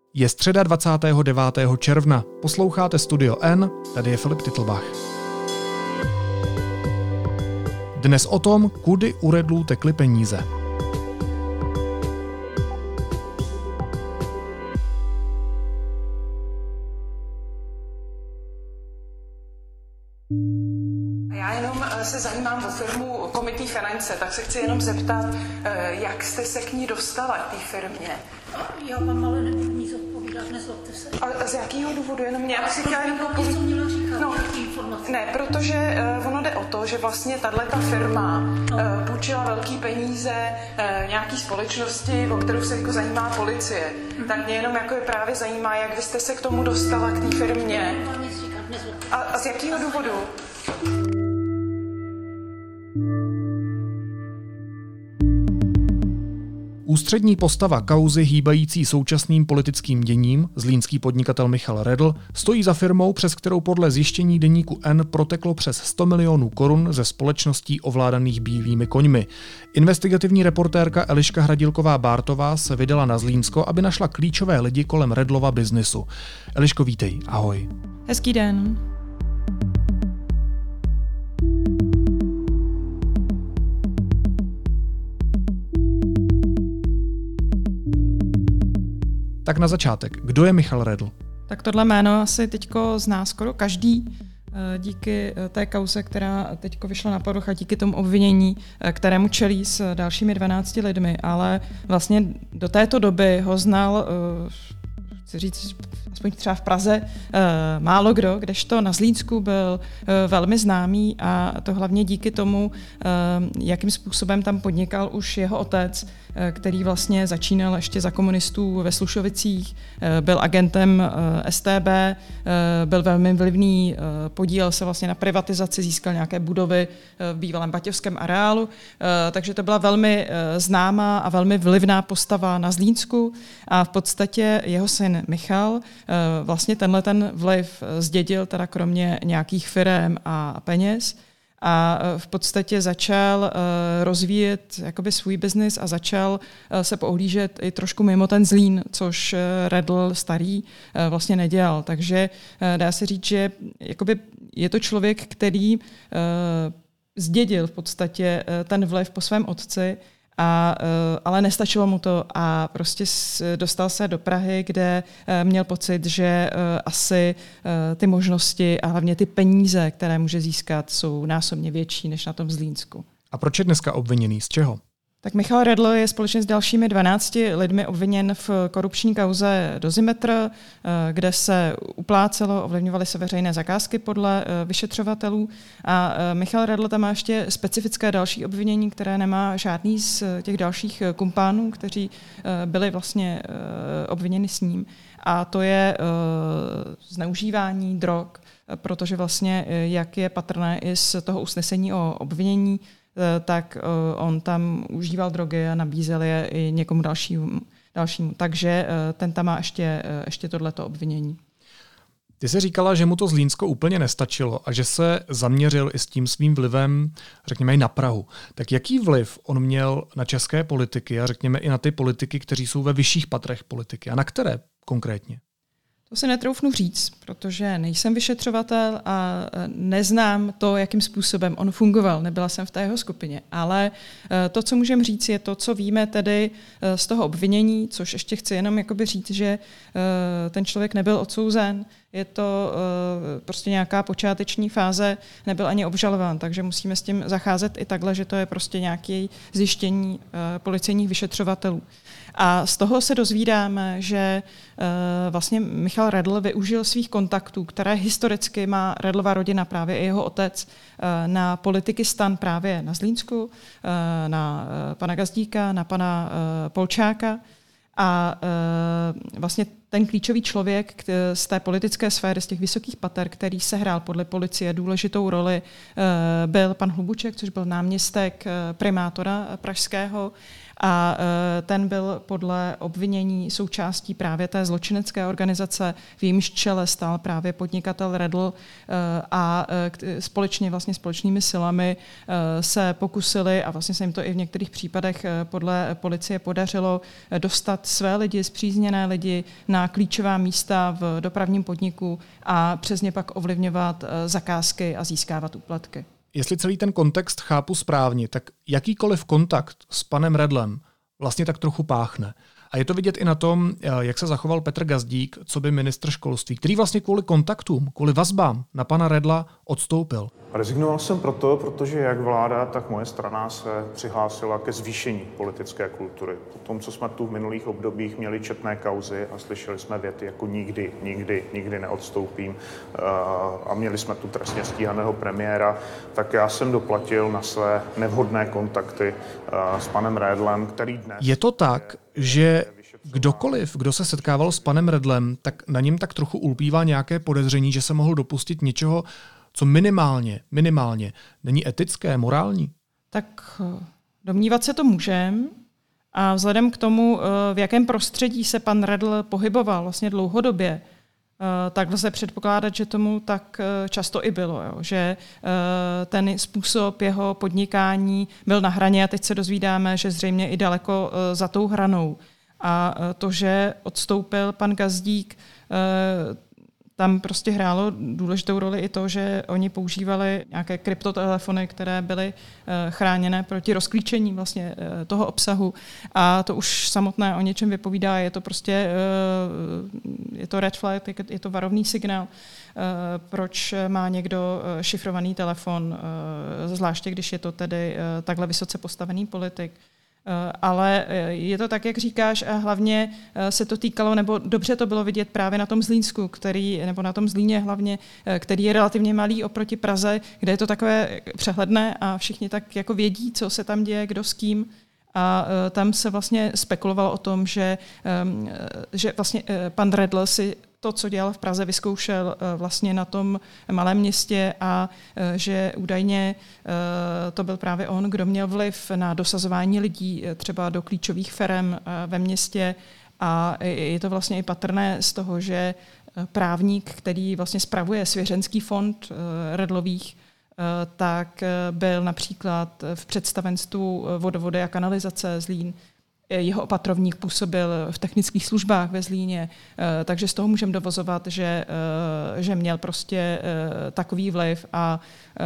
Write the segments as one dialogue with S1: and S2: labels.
S1: Je středa 29. června. Posloucháte Studio N, tady je Filip Titlbach. Dnes o tom, kudy u Redlů tekly peníze.
S2: Já jenom se zajímám o firmu Comity Finance, tak se chci jenom zeptat, jak jste se k ní dostala, k té firmě?
S3: Já vám ale nebudu ní zodpovídat, nezlobte se.
S2: A z jakého důvodu? Jenom já si chtěla jenom popovědět.
S3: Co měla říkat,
S2: no,
S3: informace?
S2: Ne, protože ono jde o to, že vlastně tato firma půjčila velký peníze nějaký společnosti, o kterou se jako zajímá policie. Tak mě jenom jako právě zajímá, jak vy jste se k tomu dostala, k té firmě.
S3: Vám nic říkat, nezlobte.
S2: A z jakého důvodu?
S1: Ústřední postava kauzy hýbající současným politickým děním, zlínský podnikatel Michal Redl, stojí za firmou, přes kterou podle zjištění deníku N proteklo přes 100 milionů korun ze společností ovládaných bílými koňmi. Investigativní reportérka Eliška Hradilková-Bártová se vydala na Zlínsko, aby našla klíčové lidi kolem Redlova biznisu. Eliško, vítej, ahoj.
S4: Hezký den.
S1: Tak na začátek, kdo je Michal Redl?
S4: Tak tohle jméno asi teďko zná skoro každý díky té kauze, která teďko vyšla na povrch a díky tomu obvinění, kterému čelí s dalšími 12 lidmi, ale vlastně do této doby ho znal, chci říct, aspoň třeba v Praze, málo kdo, kdežto na Zlínsku byl velmi známý a to hlavně díky tomu, jakým způsobem tam podnikal už jeho otec, který vlastně začínal ještě za komunistů ve Slušovicích, byl agentem StB, byl velmi vlivný, podílel se vlastně na privatizaci, získal nějaké budovy v bývalém baťovském areálu, takže to byla velmi známá a velmi vlivná postava na Zlínsku a v podstatě jeho syn Michal vlastně ten vliv zdědil teda kromě nějakých firem a peněz a v podstatě začal rozvíjet jakoby svůj biznis a začal se poohlížet i trošku mimo ten Zlín, což Redl starý vlastně nedělal. Takže dá se říct, že jakoby je to člověk, který zdědil v podstatě ten vliv po svém otci, ale nestačilo mu to a prostě dostal se do Prahy, kde měl pocit, že asi ty možnosti a hlavně ty peníze, které může získat, jsou násobně větší než na tom Zlínsku.
S1: A proč je dneska obviněný? Z čeho?
S4: Tak Michal Redl je společně s dalšími 12 lidmi obviněn v korupční kauze Dozimetr, kde se uplácelo, ovlivňovaly se veřejné zakázky podle vyšetřovatelů. A Michal Redl tam má ještě specifické další obvinění, které nemá žádný z těch dalších kumpánů, kteří byli vlastně obviněni s ním. A to je zneužívání drog, protože vlastně, jak je patrné i z toho usnesení o obvinění, tak on tam užíval drogy a nabízel je i někomu dalšímu. Takže ten tam má ještě tohleto obvinění.
S1: Ty jsi říkala, že mu to Zlínsko úplně nestačilo a že se zaměřil i s tím svým vlivem, řekněme, i na Prahu. Tak jaký vliv on měl na české politiky a řekněme i na ty politiky, kteří jsou ve vyšších patrech politiky? A na které konkrétně?
S4: To si netroufnu říct, protože nejsem vyšetřovatel a neznám to, jakým způsobem on fungoval. Nebyla jsem v té jeho skupině. Ale to, co můžeme říct, je to, co víme tedy z toho obvinění, což ještě chci jenom jakoby říct, že ten člověk nebyl odsouzen. Je to prostě nějaká počáteční fáze, nebyl ani obžalován, takže musíme s tím zacházet i takhle, že to je prostě nějaké zjištění policejních vyšetřovatelů. A z toho se dozvídáme, že vlastně Michal Redl využil svých kontaktů, které historicky má Redlova rodina, právě i jeho otec, na politiky STAN právě na Zlínsku, na pana Gazdíka, na pana Polčáka. A vlastně ten klíčový člověk z té politické sféry, z těch vysokých pater, který sehrál podle policie důležitou roli, byl pan Hlubuček, což byl náměstek primátora pražského. A ten byl podle obvinění součástí právě té zločinecké organizace, v jejímž čele stál právě podnikatel Redl a společně vlastně společnými silami se pokusili, a vlastně se jim to i v některých případech podle policie podařilo, dostat své lidi, spřízněné lidi na na klíčová místa v dopravním podniku a přes ně pak ovlivňovat zakázky a získávat úplatky.
S1: Jestli celý ten kontext chápu správně, tak jakýkoliv kontakt s panem Redlem vlastně tak trochu páchne. A je to vidět i na tom, jak se zachoval Petr Gazdík, co by ministr školství, který vlastně kvůli kontaktům, kvůli vazbám na pana Redla odstoupil.
S5: Rezignoval jsem proto, protože jak vláda, tak moje strana se přihlásila ke zvýšení politické kultury. Po tom, co jsme tu v minulých obdobích měli četné kauzy a slyšeli jsme věty jako nikdy neodstoupím a měli jsme tu trestně stíhaného premiéra, tak já jsem doplatil na své nevhodné kontakty s panem Redlem, který dnes...
S1: Je to tak, že kdokoliv, kdo se setkával s panem Redlem, tak na něm tak trochu ulpívá nějaké podezření, že se mohl dopustit něčeho, co minimálně není etické, morální? Tak
S4: domnívat se to můžeme a vzhledem k tomu, v jakém prostředí se pan Redl pohyboval vlastně dlouhodobě, tak lze předpokládat, že tomu tak často i bylo, jo? Že ten způsob jeho podnikání byl na hraně a teď se dozvídáme, že zřejmě i daleko za tou hranou. A to, že odstoupil pan Gazdík, tam prostě hrálo důležitou roli i to, že oni používali nějaké kryptotelefony, které byly chráněné proti rozklíčení vlastně toho obsahu. A to už samotné o něčem vypovídá. Je to prostě je to red flag, je to varovný signál, proč má někdo šifrovaný telefon, zvláště když je to tedy takhle vysoce postavený politik. Ale je to tak, jak říkáš, a hlavně se to týkalo, nebo dobře to bylo vidět právě na tom Zlínsku, nebo na tom Zlíně hlavně, který je relativně malý oproti Praze, kde je to takové přehledné a všichni tak jako vědí, co se tam děje, kdo s kým. A tam se vlastně spekulovalo o tom, že vlastně pan Redl si to, co dělal v Praze, vyzkoušel vlastně na tom malém městě a že údajně to byl právě on, kdo měl vliv na dosazování lidí třeba do klíčových firem ve městě a je to vlastně i patrné z toho, že právník, který vlastně spravuje svěřenský fond Redlových, tak byl například v představenstvu vodovody a kanalizace Zlín. Jeho opatrovník působil v technických službách ve Zlíně, takže z toho můžeme dovozovat, že měl prostě takový vliv a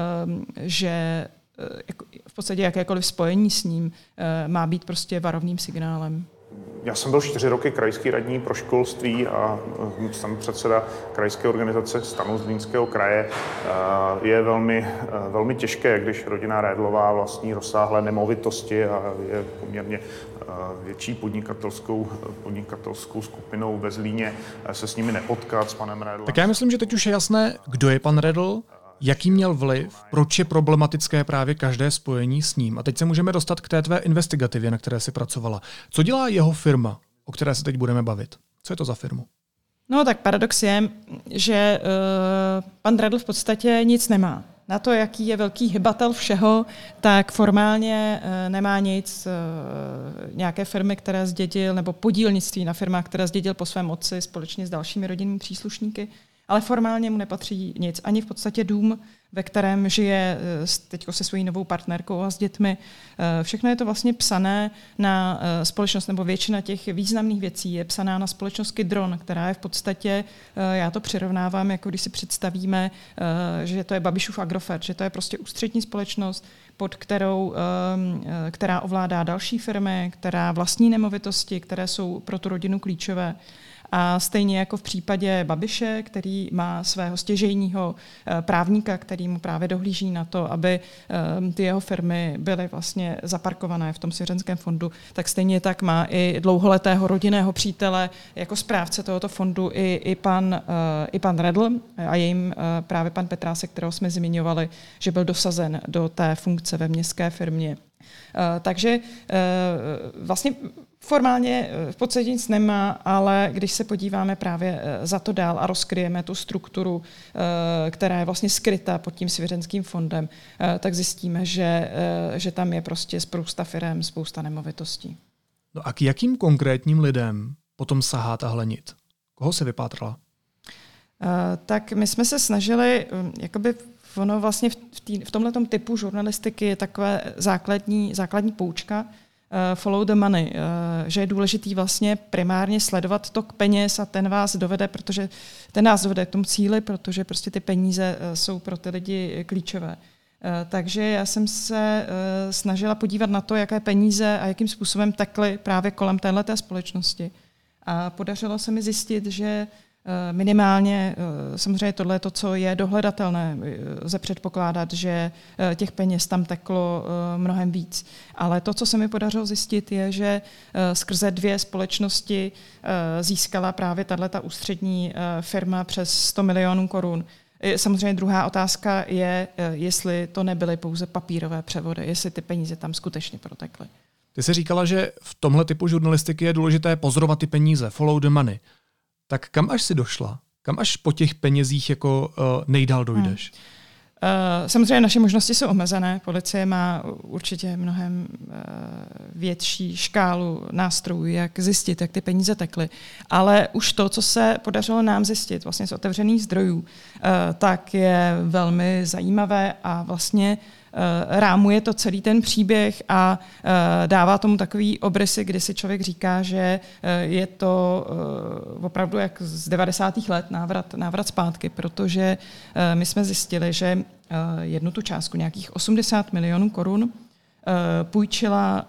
S4: že v podstatě jakékoliv spojení s ním má být prostě varovným signálem.
S5: Já jsem byl 4 roky krajský radní pro školství a jsem předseda krajské organizace STANu Zlínského kraje. Je velmi těžké, když rodina Redlová vlastní rozsáhlé nemovitosti a je poměrně větší podnikatelskou skupinou ve Zlíně, se s nimi nepotkat, s panem Redlem.
S1: Tak já myslím, že teď už je jasné, kdo je pan Redl, jaký měl vliv, proč je problematické právě každé spojení s ním. A teď se můžeme dostat k té tvé investigativě, na které jsi pracovala. Co dělá jeho firma, o které se teď budeme bavit? Co je to za firmu?
S4: No tak paradox je, že pan Redl v podstatě nic nemá. Na to, jaký je velký hybatel všeho, tak formálně nemá nic. Nějaké firmy, které zdědil, nebo podílnictví na firmách, které zdědil po svém otci společně s dalšími rodinnými příslušníky, ale formálně mu nepatří nic. Ani v podstatě dům, ve kterém žije teď se svojí novou partnerkou a s dětmi. Všechno je to vlastně psané na společnost, nebo většina těch významných věcí je psaná na společnost Kydron, která je v podstatě, já to přirovnávám, jako když si představíme, že to je Babišův Agrofert, že to je prostě ústřední společnost, pod která ovládá další firmy, která vlastní nemovitosti, které jsou pro tu rodinu klíčové. A stejně jako v případě Babiše, který má svého stěžejního právníka, který mu právě dohlíží na to, aby ty jeho firmy byly vlastně zaparkované v tom svěřenském fondu, tak stejně tak má i dlouholetého rodinného přítele jako správce tohoto fondu i pan Redl a jejím právě pan Petrásek, kterého jsme zmiňovali, že byl dosazen do té funkce ve městské firmě. Takže vlastně formálně v podstatě nic nemá, ale když se podíváme právě za to dál a rozkryjeme tu strukturu, která je vlastně skrytá pod tím svěřenským fondem, tak zjistíme, že tam je prostě spousta firem, spousta nemovitostí.
S1: No a k jakým konkrétním lidem potom sahá tahle nit? Koho se vypátrala?
S4: Tak my jsme se snažili, jakoby ono vlastně v tomhletom typu žurnalistiky je takové základní poučka, follow the money, že je důležitý vlastně primárně sledovat tok peněz a ten nás dovede k tomu cíli, protože prostě ty peníze jsou pro ty lidi klíčové. Takže já jsem se snažila podívat na to, jaké peníze a jakým způsobem tekly právě kolem téhleté společnosti. A podařilo se mi zjistit, že minimálně, samozřejmě tohle je to, co je dohledatelné, lze předpokládat, že těch peněz tam teklo mnohem víc. Ale to, co se mi podařilo zjistit, je, že skrze 2 společnosti získala právě tato ústřední firma přes 100 milionů korun. Samozřejmě druhá otázka je, jestli to nebyly pouze papírové převody, jestli ty peníze tam skutečně protekly.
S1: Ty jsi říkala, že v tomhle typu žurnalistiky je důležité pozorovat ty peníze, follow the money. Tak kam až jsi došla? Kam až po těch penězích jako nejdál dojdeš?
S4: Samozřejmě naše možnosti jsou omezené. Policie má určitě mnohem větší škálu nástrojů, jak zjistit, jak ty peníze tekly. Ale už to, co se podařilo nám zjistit vlastně z otevřených zdrojů, tak je velmi zajímavé a vlastně rámuje to celý ten příběh a dává tomu takový obrysy, kdy si člověk říká, že je to opravdu jak z 90. let návrat zpátky, protože my jsme zjistili, že jednu tu částku, nějakých 80 milionů korun, půjčila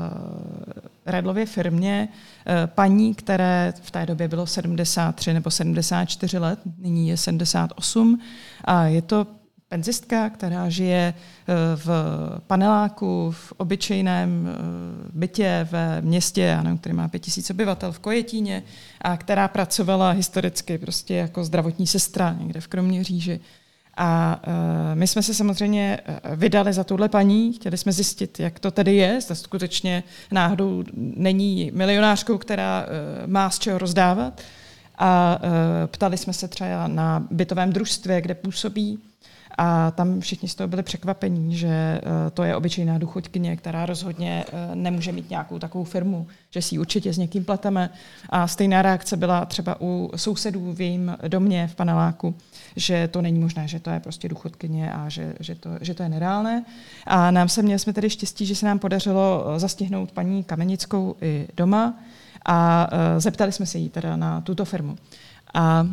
S4: Redlově firmě paní, které v té době bylo 73 nebo 74 let, nyní je 78 a je to penzistka, která žije v paneláku, v obyčejném bytě ve městě, který má 5000 obyvatel v Kojetíně a která pracovala historicky prostě jako zdravotní sestra někde v Kroměříži. A my jsme se samozřejmě vydali za tuhle paní, chtěli jsme zjistit, jak to tedy je, zda skutečně náhodou není milionářkou, která má z čeho rozdávat. A ptali jsme se třeba na bytovém družstvě, kde působí, a tam všichni z toho byli překvapení, že to je obyčejná důchodkyně, která rozhodně nemůže mít nějakou takovou firmu, že si ji určitě s někým pleteme. A stejná reakce byla třeba u sousedů v jejím domě v paneláku, že to není možné, že to je prostě důchodkyně a že to je nereálné. A měli jsme tedy štěstí, že se nám podařilo zastihnout paní Kamenickou i doma a zeptali jsme se jí teda na tuto firmu. A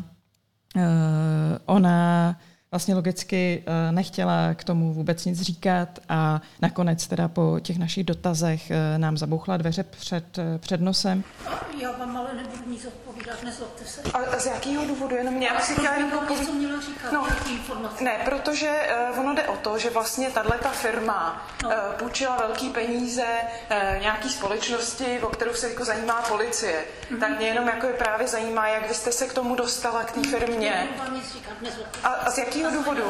S4: ona vlastně logicky nechtěla k tomu vůbec nic říkat a nakonec teda po těch našich dotazech nám zabouchla dveře před nosem.
S3: Já vám ale nebudu nic odpovídat, nezlobte se.
S2: A z jakého důvodu? Jenom mě asi chtěla jenom
S3: něco měla říkat, jaký informace?
S2: Ne, protože ono jde o to, že vlastně tato firma půjčila velký peníze nějaký společnosti, o kterou se jako zajímá policie. Tak mě jenom jako právě zajímá, jak vy jste se k tomu dostala, k té firmě.
S3: Nebudu vám nic říkat, nezlobte se.
S2: A z jakého důvodu?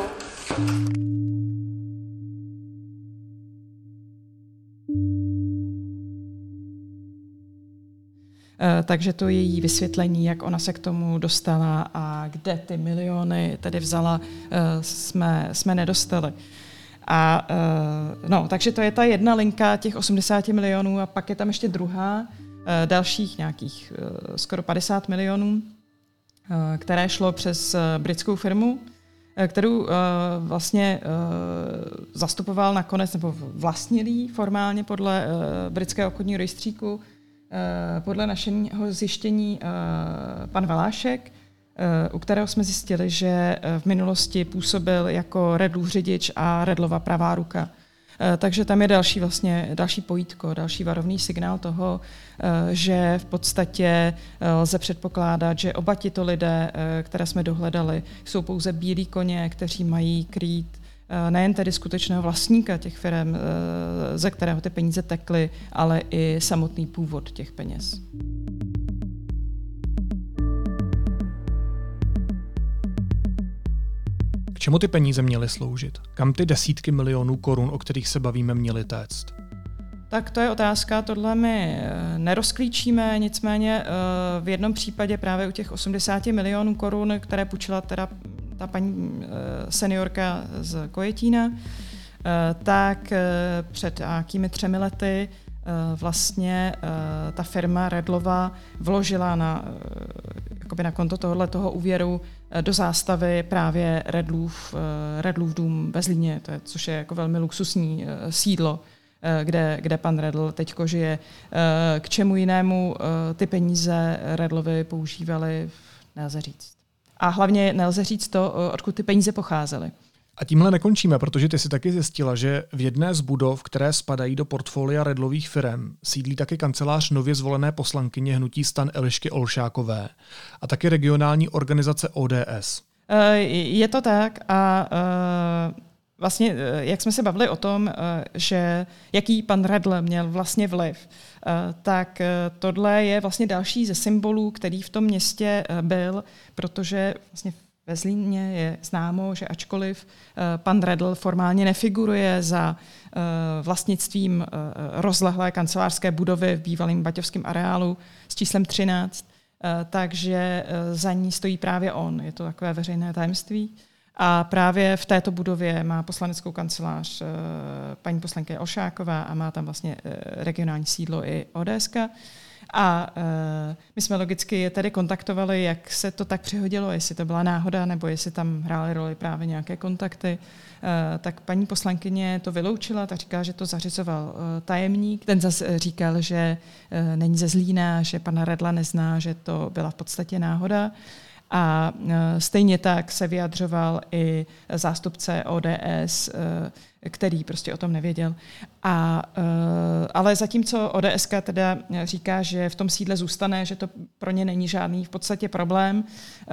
S4: Takže to její vysvětlení, jak ona se k tomu dostala a kde ty miliony tedy vzala, jsme nedostali. A takže to je ta jedna linka těch 80 milionů a pak je tam ještě druhá, dalších nějakých skoro 50 milionů, které šlo přes britskou firmu, kterou vlastně zastupoval nakonec, nebo vlastnil jí formálně podle britského obchodního rejstříku, podle našeho zjištění pan Valášek, u kterého jsme zjistili, že v minulosti působil jako Redlův řidič a Redlova pravá ruka. Takže tam je další pojítko, další varovný signál toho, že v podstatě lze předpokládat, že oba tito lidé, které jsme dohledali, jsou pouze bílí koně, kteří mají krýt nejen tedy skutečného vlastníka těch firem, ze kterého ty peníze tekly, ale i samotný původ těch peněz.
S1: K čemu ty peníze měly sloužit? Kam ty desítky milionů korun, o kterých se bavíme, měly téct?
S4: Tak to je otázka, tohle my nerozklíčíme, nicméně v jednom případě právě u těch 80 milionů korun, které půjčila teda ta paní seniorka z Kojetína, tak před nějakými 3 lety vlastně ta firma Redlova vložila na konto tohoto úvěru do zástavy právě Redlův dům ve Zlíně, což je jako velmi luxusní sídlo kde pan Redl teďko žije. K čemu jinému ty peníze Redlovi používali, nelze říct. A hlavně nelze říct to, odkud ty peníze pocházely.
S1: A tímhle nekončíme, protože ty si taky zjistila, že v jedné z budov, které spadají do portfolia Redlových firem, sídlí taky kancelář nově zvolené poslankyně hnutí STAN Elišky Olšákové a taky regionální organizace ODS.
S4: Je to tak a vlastně, jak jsme se bavili o tom, že jaký pan Redl měl vlastně vliv, tak tohle je vlastně další ze symbolů, který v tom městě byl, protože vlastně ve Zlíně je známo, že ačkoliv pan Redl formálně nefiguruje za vlastnictvím rozlehlé kancelářské budovy v bývalém baťovském areálu s číslem 13, takže za ní stojí právě on. Je to takové veřejné tajemství. A právě v této budově má poslaneckou kancelář paní poslankyně Olšáková a má tam vlastně regionální sídlo i ODSka. A my jsme logicky je tedy kontaktovali, jak se to tak přihodilo, jestli to byla náhoda, nebo jestli tam hrály roli právě nějaké kontakty. Tak paní poslankyně to vyloučila, tak říká, že to zařizoval tajemník. Ten zase říkal, že není ze Zlína, že pana Redla nezná, že to byla v podstatě náhoda. A stejně tak se vyjadřoval i zástupce ODS, který prostě o tom nevěděl. Ale zatímco ODSka teda říká, že v tom sídle zůstane, že to pro ně není žádný v podstatě problém,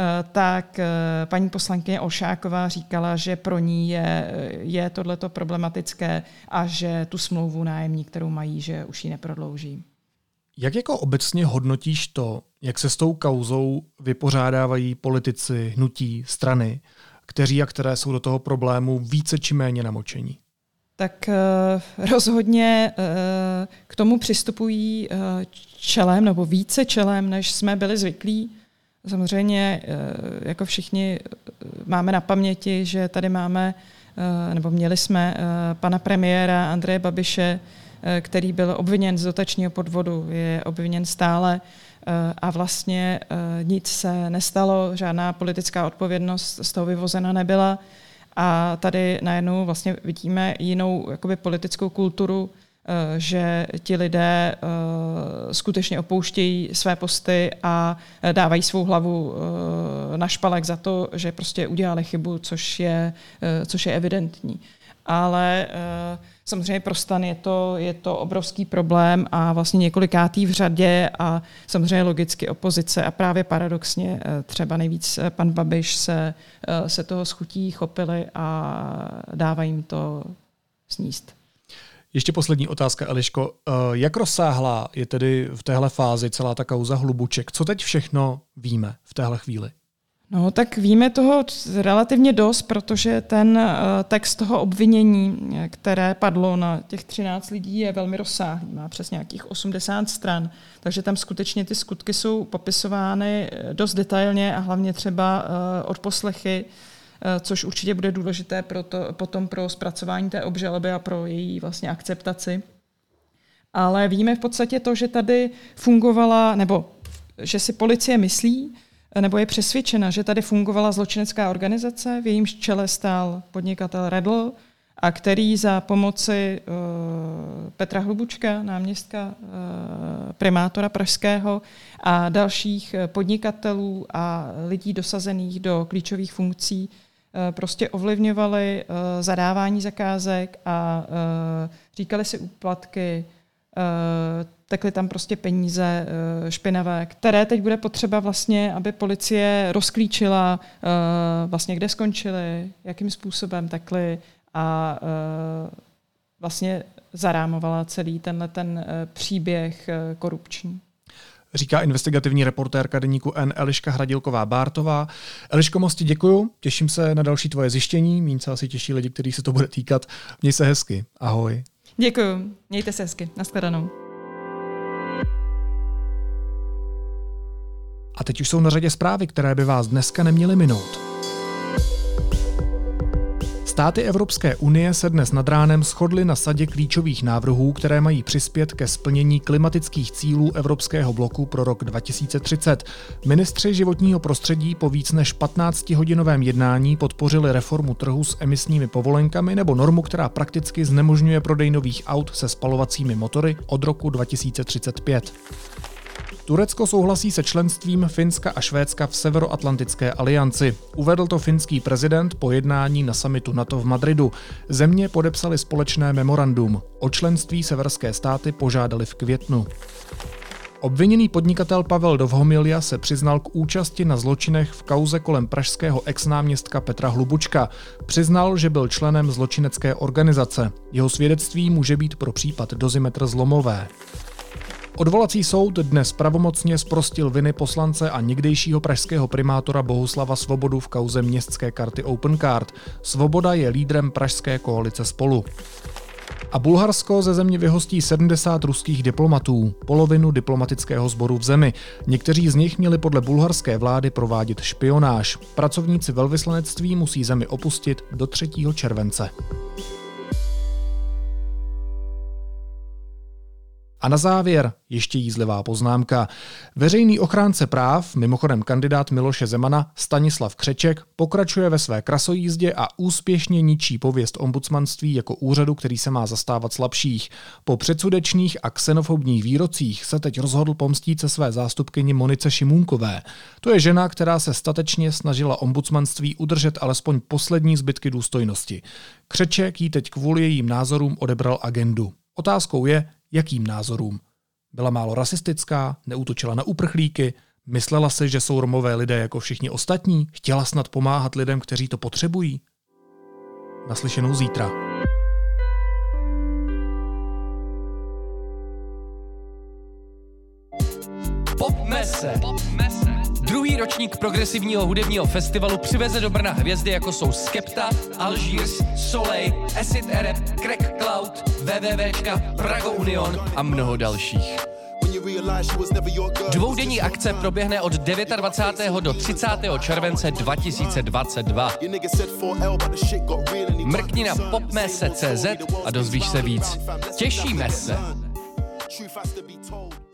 S4: tak paní poslankyně Olšáková říkala, že pro ní je tohleto problematické a že tu smlouvu nájemní, kterou mají, že už ji neprodlouží.
S1: Jak jako obecně hodnotíš to, jak se s tou kauzou vypořádávají politici, hnutí, strany, kteří a které jsou do toho problému více či méně namočení?
S4: Tak rozhodně k tomu přistupují čelem nebo více čelem, než jsme byli zvyklí. Samozřejmě jako všichni máme na paměti, že tady máme, nebo měli jsme pana premiéra Andreje Babiše, který byl obviněn z dotačního podvodu, je obviněn stále a vlastně nic se nestalo, žádná politická odpovědnost z toho vyvozena nebyla. A tady najednou vlastně vidíme jinou jakoby politickou kulturu, že ti lidé skutečně opouštějí své posty a dávají svou hlavu na špalek za to, že prostě udělali chybu, což je evidentní. Ale samozřejmě pro STAN je to obrovský problém a vlastně několikátý v řadě a samozřejmě logicky opozice a právě paradoxně třeba nejvíc pan Babiš se toho s chutí chopili a dává jim to sníst.
S1: Ještě poslední otázka, Eliško. Jak rozsáhlá je tedy v téhle fázi celá ta kauza Hlubuček? Co teď všechno víme v téhle chvíli?
S4: No, tak víme toho relativně dost, protože ten text toho obvinění, které padlo na těch 13 lidí, je velmi rozsáhlý. Má přes nějakých 80 stran, takže tam skutečně ty skutky jsou popisovány dost detailně a hlavně třeba odposlechy, což určitě bude důležité potom pro zpracování té obžaloby a pro její vlastně akceptaci. Ale víme v podstatě to, že tady fungovala, nebo že si policie myslí, nebo je přesvědčena, že tady fungovala zločinecká organizace, v jejímž čele stál podnikatel Redl, a který za pomoci Petra Hlubučka, náměstka primátora pražského a dalších podnikatelů a lidí dosazených do klíčových funkcí prostě ovlivňovali zadávání zakázek a říkali si úplatky, tekly tam prostě peníze špinavé, které teď bude potřeba vlastně, aby policie rozklíčila vlastně, kde skončily, jakým způsobem tekly a vlastně zarámovala celý ten příběh korupční.
S1: Říká investigativní reportérka deníku N Eliška Hradilková-Bártová. Eliško, moc ti děkuju, těším se na další tvoje zjištění, míň se asi těší lidi, kterých se to bude týkat. Měj se hezky, ahoj.
S4: Děkuju, mějte se hezky, nashledanou.
S1: A teď už jsou na řadě zprávy, které by vás dneska neměly minout. Státy Evropské unie se dnes nad ránem shodly na sadě klíčových návrhů, které mají přispět ke splnění klimatických cílů Evropského bloku pro rok 2030. Ministři životního prostředí po víc než 15hodinovém jednání podpořili reformu trhu s emisními povolenkami nebo normu, která prakticky znemožňuje prodej nových aut se spalovacími motory od roku 2035. Turecko souhlasí se členstvím Finska a Švédska v Severoatlantické alianci. Uvedl to finský prezident po jednání na summitu NATO v Madridu. Země podepsaly společné memorandum. O členství severské státy požádali v květnu. Obviněný podnikatel Pavel Dovhomilja se přiznal k účasti na zločinech v kauze kolem pražského exnáměstka Petra Hlubučka. Přiznal, že byl členem zločinecké organizace. Jeho svědectví může být pro případ Dozimetr zlomové. Odvolací soud dnes pravomocně zprostil viny poslance a někdejšího pražského primátora Bohuslava Svobodu v kauze městské karty Opencard. Svoboda je lídrem pražské koalice Spolu. A Bulharsko ze země vyhostí 70 ruských diplomatů, polovinu diplomatického sboru v zemi. Někteří z nich měli podle bulharské vlády provádět špionáž. Pracovníci velvyslanectví musí zemi opustit do 3. července. A na závěr ještě jízlivá poznámka. Veřejný ochránce práv, mimochodem kandidát Miloše Zemana, Stanislav Křeček, pokračuje ve své krasojízdě a úspěšně ničí pověst ombudsmanství jako úřadu, který se má zastávat slabších. Po předsudečných a xenofobních výrocích se teď rozhodl pomstít se své zástupkyni Monice Šimůnkové. To je žena, která se statečně snažila ombudsmanství udržet alespoň poslední zbytky důstojnosti. Křeček jí teď kvůli jejím názorům odebral agendu. Otázkou je, jakým názorům. Byla málo rasistická, neútočila na uprchlíky, myslela si, že jsou Romové lidé jako všichni ostatní, chtěla snad pomáhat lidem, kteří to potřebují. Naslyšenou zítra.
S6: Popmese. Druhý ročník progresivního hudebního festivalu přiveze do Brna hvězdy jako jsou Skepta, Algiers, Soleil, Acid Arab, Crack Cloud, WWWčka, Prago Union a mnoho dalších. Dvoudenní akce proběhne od 29. do 30. července 2022. Mrkni na popmese.cz a dozvíš se víc. Těšíme se!